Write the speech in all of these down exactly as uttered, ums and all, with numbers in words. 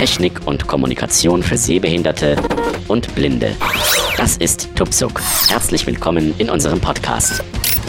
Technik und Kommunikation für Sehbehinderte und Blinde. Das ist Tupsuk. Herzlich willkommen in unserem Podcast.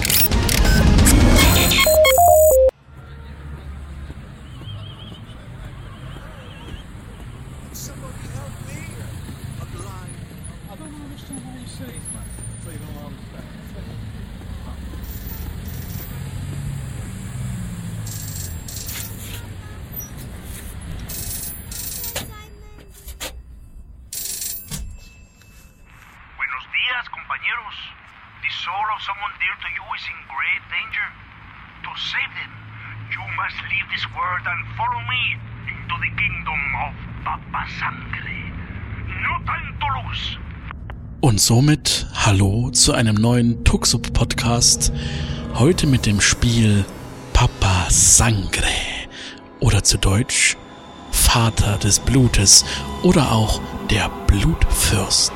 Compañeros, the soul of someone dear to you is in great danger. To save them, you must leave this world and follow me into the kingdom of Papa Sangre. No time to lose. Und somit hallo zu einem neuen Tuxup-Podcast. Heute mit dem Spiel Papa Sangre oder zu Deutsch Vater des Blutes oder auch der Blutfürst.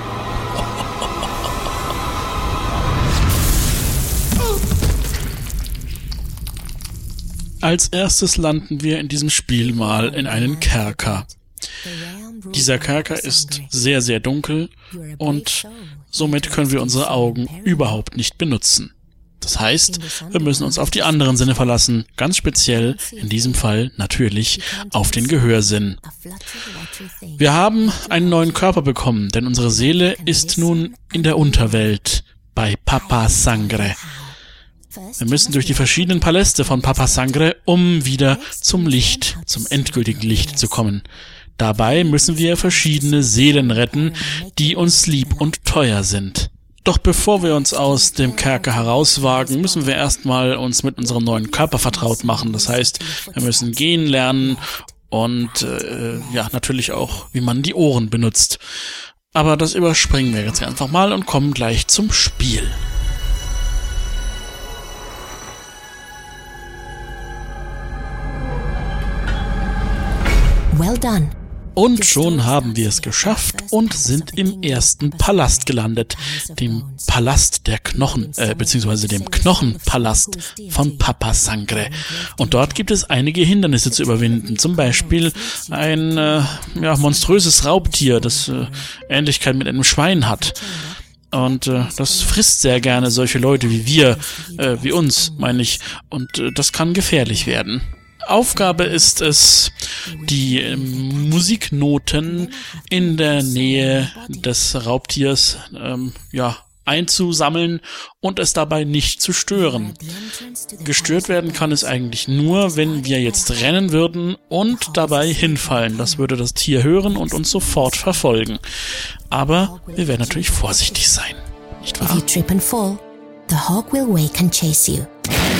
Als erstes landen wir in diesem Spiel mal in einen Kerker. Dieser Kerker ist sehr, sehr dunkel und somit können wir unsere Augen überhaupt nicht benutzen. Das heißt, wir müssen uns auf die anderen Sinne verlassen, ganz speziell in diesem Fall natürlich auf den Gehörsinn. Wir haben einen neuen Körper bekommen, denn unsere Seele ist nun in der Unterwelt bei Papa Sangre. Wir müssen durch die verschiedenen Paläste von Papa Sangre, um wieder zum Licht, zum endgültigen Licht zu kommen. Dabei müssen wir verschiedene Seelen retten, die uns lieb und teuer sind. Doch bevor wir uns aus dem Kerker herauswagen, müssen wir erstmal uns mit unserem neuen Körper vertraut machen. Das heißt, wir müssen gehen lernen und äh, ja natürlich auch, wie man die Ohren benutzt. Aber das überspringen wir jetzt einfach mal und kommen gleich zum Spiel. Well done. Und schon haben wir es geschafft und sind im ersten Palast gelandet, dem Palast der Knochen, äh, beziehungsweise dem Knochenpalast von Papa Sangre. Und dort gibt es einige Hindernisse zu überwinden, zum Beispiel ein äh, ja, monströses Raubtier, das äh, Ähnlichkeit mit einem Schwein hat. Und äh, das frisst sehr gerne solche Leute wie wir, äh, wie uns, meine ich, und äh, das kann gefährlich werden. Aufgabe ist es, die ähm, Musiknoten in der Nähe des Raubtiers ähm, ja, einzusammeln und es dabei nicht zu stören. Gestört werden kann es eigentlich nur, wenn wir jetzt rennen würden und dabei hinfallen. Das würde das Tier hören und uns sofort verfolgen. Aber wir werden natürlich vorsichtig sein, nicht wahr? If you trip and fall, the hawk will wake and chase you.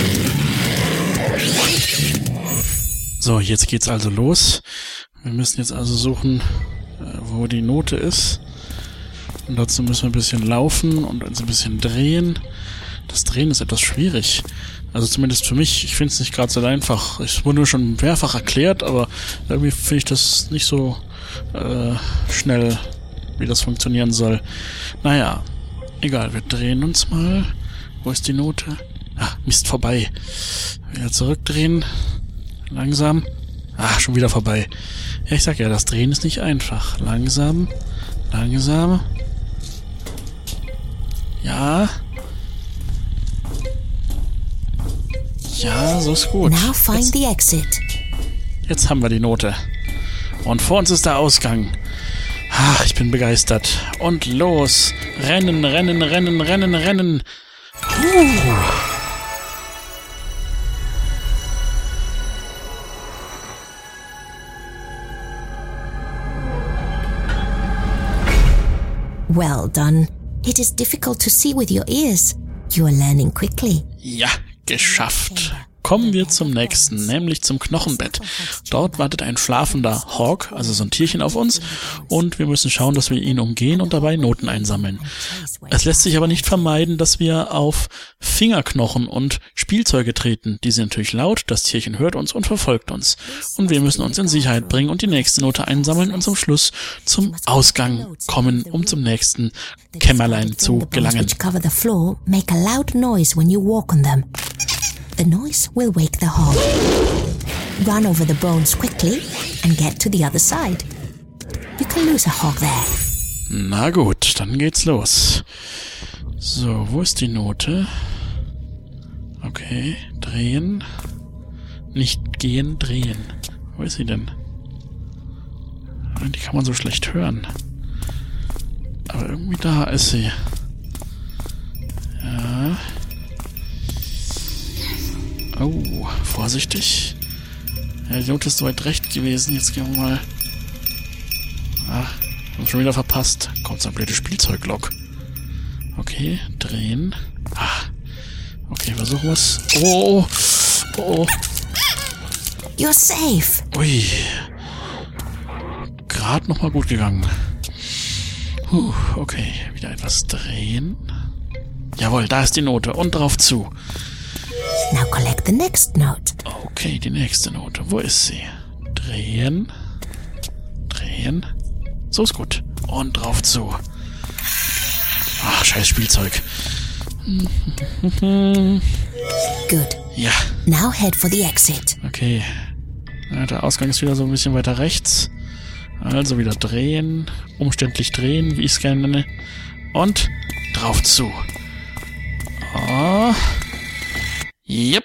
So, jetzt geht's also los. Wir müssen jetzt also suchen, wo die Note ist. Und dazu müssen wir ein bisschen laufen und uns ein bisschen drehen. Das Drehen ist etwas schwierig. Also zumindest für mich. Ich finde es nicht gerade so einfach. Es wurde schon mehrfach erklärt, aber irgendwie finde ich das nicht so äh, schnell, wie das funktionieren soll. Naja, egal. Wir drehen uns mal. Wo ist die Note? Ah, Mist, vorbei. Wieder zurückdrehen. Langsam. Ah, schon wieder vorbei. Ja, ich sag ja, das Drehen ist nicht einfach. Langsam. Langsam. Ja. Ja, so ist gut. Now find Jetzt, the exit. jetzt haben wir die Note. Und vor uns ist der Ausgang. Ah, ich bin begeistert. Und los. Rennen, rennen, rennen, rennen, rennen. Uh. Well done. It is difficult to see with your ears. You are learning quickly. Ja, geschafft. Kommen wir zum nächsten, nämlich zum Knochenbett. Dort wartet ein schlafender Hawk, also so ein Tierchen auf uns, und wir müssen schauen, dass wir ihn umgehen und dabei Noten einsammeln. Es lässt sich aber nicht vermeiden, dass wir auf Fingerknochen und Spielzeuge treten. Die sind natürlich laut, das Tierchen hört uns und verfolgt uns. Und wir müssen uns in Sicherheit bringen und die nächste Note einsammeln und zum Schluss zum Ausgang kommen, um zum nächsten Kämmerlein zu gelangen. The noise will wake the hawk. Run over the bones quickly and get to the other side. You can lose a hog there. Na gut, dann geht's los. So, wo ist die Note? Okay, drehen. Nicht gehen, drehen. Wo ist sie denn? Die kann man so schlecht hören. Aber irgendwie da ist sie. Ja. Oh, vorsichtig. Ja, die Note ist soweit recht gewesen. Jetzt gehen wir mal... Ach, haben wir schon wieder verpasst. Kommt so ein blödes Spielzeuglok. Okay, drehen. Ah. Okay, versuchen wir es. Oh, oh, oh. You're safe. Ui. Gerade nochmal gut gegangen. Puh, okay, wieder etwas drehen. Jawohl, da ist die Note. Und drauf zu. Now collect the next note. Okay, die nächste Note. Wo ist sie? Drehen. Drehen. So ist gut. Und drauf zu. Ach, scheiß Spielzeug. Good. Ja. Now head for the exit. Okay. Ja, der Ausgang ist wieder so ein bisschen weiter rechts. Also wieder drehen. Umständlich drehen, wie ich es gerne nenne. Und drauf zu. Oh. Yep.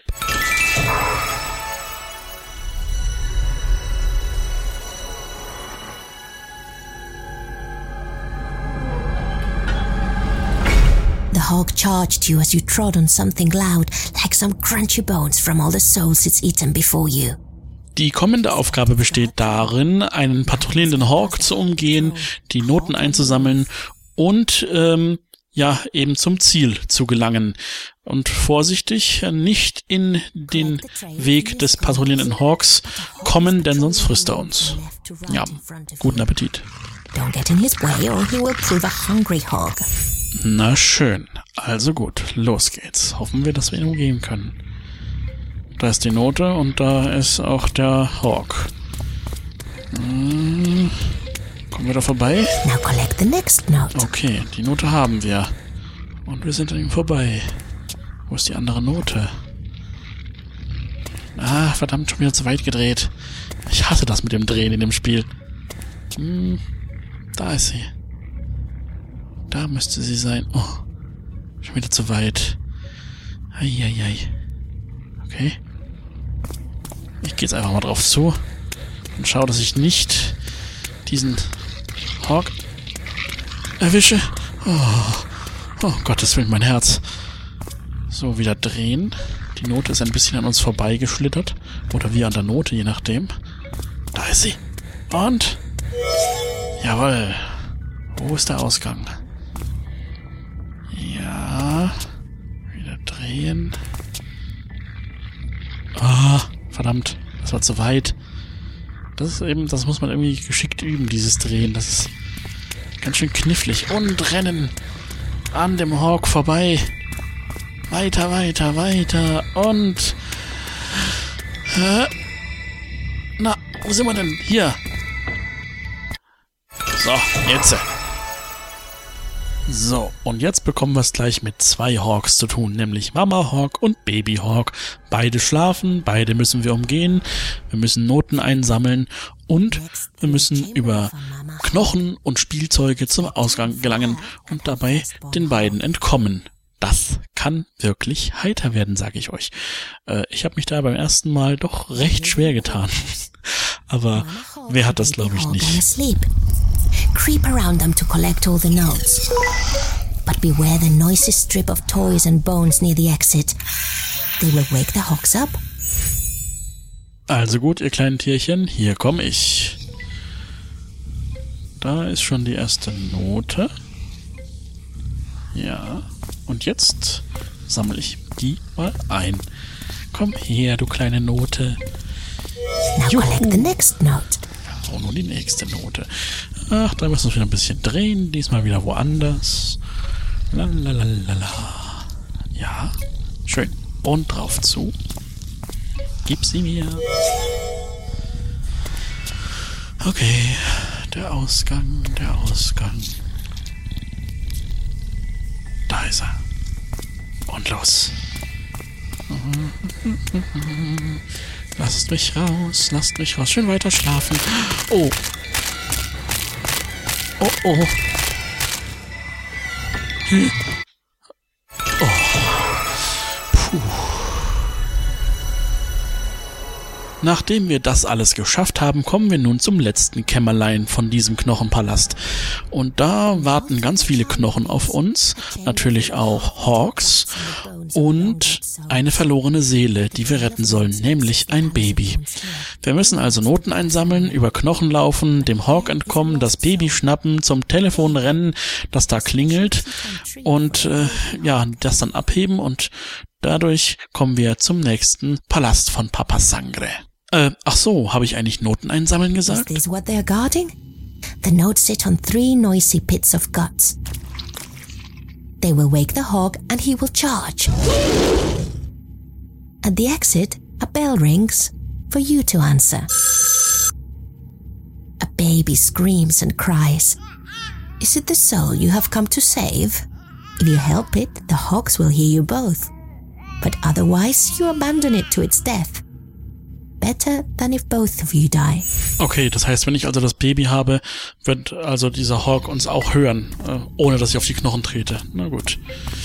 The hog charged you as you trod on something loud, like some crunchy bones from all the souls it's eaten before you. Die kommende Aufgabe besteht darin, einen patrouillierenden Hawk zu umgehen, die Noten einzusammeln und ähm, ja eben zum Ziel zu gelangen. Und vorsichtig, nicht in den Weg des patrouillierenden Hawks kommen, denn sonst frisst er uns. Ja, guten Appetit. Don't get in his way or he will prove a hungry hog. Na schön. Also gut, los geht's. Hoffen wir, dass wir ihn umgehen können. Da ist die Note und da ist auch der Hawk. Hm, kommen wir da vorbei? Now collect the next note. Okay, die Note haben wir. Und wir sind an ihm vorbei. Wo ist die andere Note? Ah, verdammt, schon wieder zu weit gedreht. Ich hasse das mit dem Drehen in dem Spiel. Hm, da ist sie. Da müsste sie sein. Oh, schon wieder zu weit. Eieiei. Okay. Ich gehe jetzt einfach mal drauf zu und schaue, dass ich nicht diesen Hawk erwische. Oh, oh Gottes Willen, mein Herz. So, wieder drehen. Die Note ist ein bisschen an uns vorbeigeschlittert. Oder wir an der Note, je nachdem. Da ist sie. Und... Jawohl. Wo ist der Ausgang? Ja. Wieder drehen. Ah, verdammt. Das war zu weit. Das ist eben, das muss man irgendwie geschickt üben, dieses Drehen. Das ist ganz schön knifflig. Und rennen. An dem Hawk vorbei. Weiter, weiter, weiter. Und... Äh, na, wo sind wir denn? Hier. So, jetzt. So, und jetzt bekommen wir es gleich mit zwei Hawks zu tun, nämlich Mama Hawk und Baby Hawk. Beide schlafen, beide müssen wir umgehen, wir müssen Noten einsammeln und wir müssen über Knochen und Spielzeuge zum Ausgang gelangen und dabei den beiden entkommen. Das kann wirklich heiter werden, sage ich euch. Äh, ich habe mich da beim ersten Mal doch recht schwer getan. Aber wer hat das, glaube ich, nicht. Creep around them to collect all the notes. But beware the noisy strip of toys and bones near the exit. They will wake the hawks up. Also gut, ihr kleinen Tierchen, hier komme ich. Da ist schon die erste Note. Ja, und jetzt sammle ich die mal ein. Komm her, du kleine Note. Now Juhu. collect the next note. Oh, nur die nächste Note. Ach, da müssen wir wieder ein bisschen drehen. Diesmal wieder woanders. Lalalala. Ja, schön. Und drauf zu. Gib sie mir. Okay, der Ausgang, der Ausgang. Da ist er. Und los. Lasst mich raus, lasst mich raus. Schön weiter schlafen. Oh. Oh, oh. Hm. Oh. Puh. Nachdem wir das alles geschafft haben, kommen wir nun zum letzten Kämmerlein von diesem Knochenpalast. Und da warten ganz viele Knochen auf uns, natürlich auch Hawks und eine verlorene Seele, die wir retten sollen, nämlich ein Baby. Wir müssen also Noten einsammeln, über Knochen laufen, dem Hawk entkommen, das Baby schnappen, zum Telefon rennen, das da klingelt und äh, ja, das dann abheben und dadurch kommen wir zum nächsten Palast von Papa Sangre. Äh, ach so, habe ich eigentlich Noten einsammeln gesagt? Is this what they're guarding? The notes sit on three noisy pits of guts. They will wake the hog and he will charge. At the exit, a bell rings for you to answer. A baby screams and cries. Is it the soul you have come to save? If you help it, the hogs will hear you both. But otherwise, you abandon it to its death. Better than if both of you die. Okay, das heißt, wenn ich also das Baby habe, wird also dieser Hawk uns auch hören, äh, ohne dass ich auf die Knochen trete. Na gut.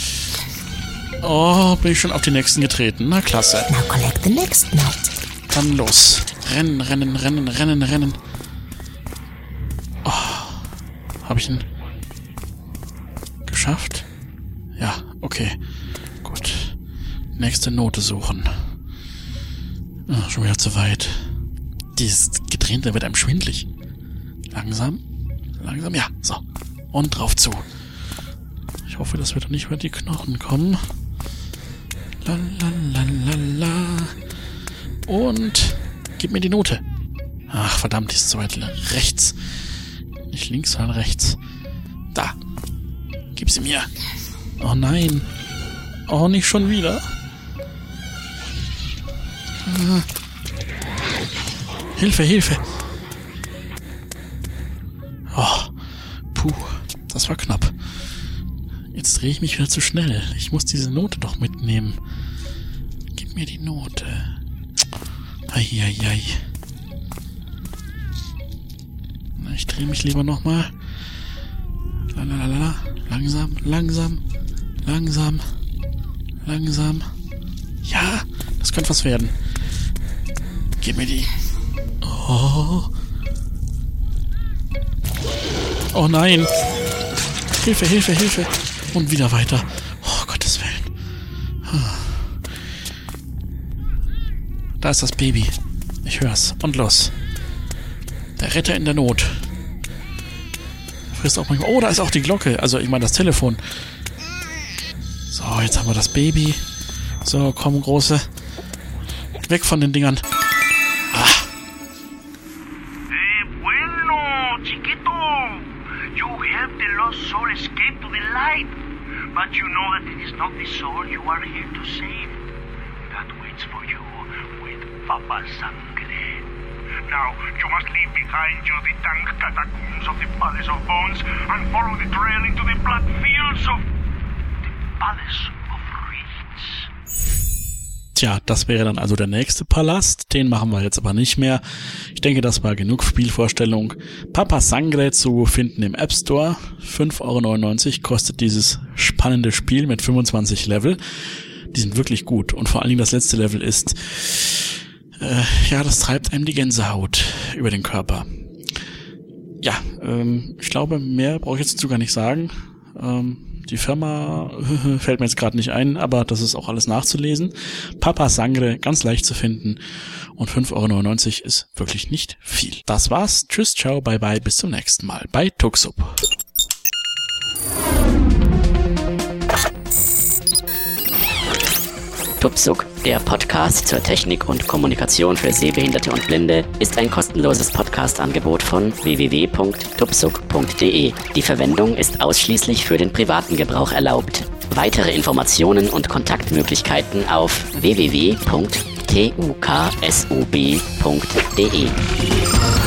Oh, bin ich schon auf die nächsten getreten. Na klasse. Now collect the next note. Dann los. Rennen, rennen, rennen, rennen, rennen. Oh, habe ich ihn geschafft? Ja, okay. Gut. Nächste Note suchen. Oh, schon wieder zu weit. Dieses Gedrehte wird einem schwindlig. Langsam. Langsam, ja. So. Und drauf zu. Ich hoffe, das wird doch nicht über die Knochen kommen. Lalalala. Und gib mir die Note. Ach, verdammt, die ist zu weit rechts. Nicht links, sondern rechts. Da. Gib sie mir. Oh nein. Oh, nicht schon wieder. Ah. Hilfe, Hilfe. Oh, puh, das war knapp. Jetzt drehe ich mich wieder zu schnell. Ich muss diese Note doch mitnehmen. Gib mir die Note. Eieiei. Na, ich drehe mich lieber nochmal. Lalalala. Langsam, langsam, langsam, langsam. Ja, das könnte was werden. Gib mir die. Oh. Oh nein. Hilfe, Hilfe, Hilfe. Und wieder weiter. Oh, Gottes Willen. Da ist das Baby. Ich hör's. Und los. Der Retter in der Not. Frisst auch manchmal. Oh, da ist auch die Glocke. Also, ich meine das Telefon. So, jetzt haben wir das Baby. So, komm, Große. Weg von den Dingern. Ah. Eh, bueno, chiquito. You helped the lost soul escape to the light. But you know that it is not the soul you are here to save. That waits for you with Papa Sangre. Now, you must leave behind you the dank catacombs of the Palace of Bones and follow the trail into the black fields of the Palace of Reeds. Tja, das wäre dann also der nächste Palast. Den machen wir jetzt aber nicht mehr. Ich denke, das war genug Spielvorstellung. Papa Sangre zu finden im App Store. fünf Euro neunundneunzig kostet dieses spannende Spiel mit fünfundzwanzig Level. Die sind wirklich gut. Und vor allen Dingen das letzte Level ist, äh, ja, das treibt einem die Gänsehaut über den Körper. Ja, ähm, ich glaube, mehr brauche ich jetzt dazu gar nicht sagen. Ähm, Die Firma fällt mir jetzt gerade nicht ein, aber das ist auch alles nachzulesen. Papa Sangre, ganz leicht zu finden. Und fünf Euro neunundneunzig ist wirklich nicht viel. Das war's. Tschüss, ciao, bye bye, bis zum nächsten Mal bei Tuxup. Tupsuk, der Podcast zur Technik und Kommunikation für Sehbehinderte und Blinde, ist ein kostenloses Podcast-Angebot von w w w punkt tupsuk punkt d e. Die Verwendung ist ausschließlich für den privaten Gebrauch erlaubt. Weitere Informationen und Kontaktmöglichkeiten auf w w w punkt tuksub punkt d e.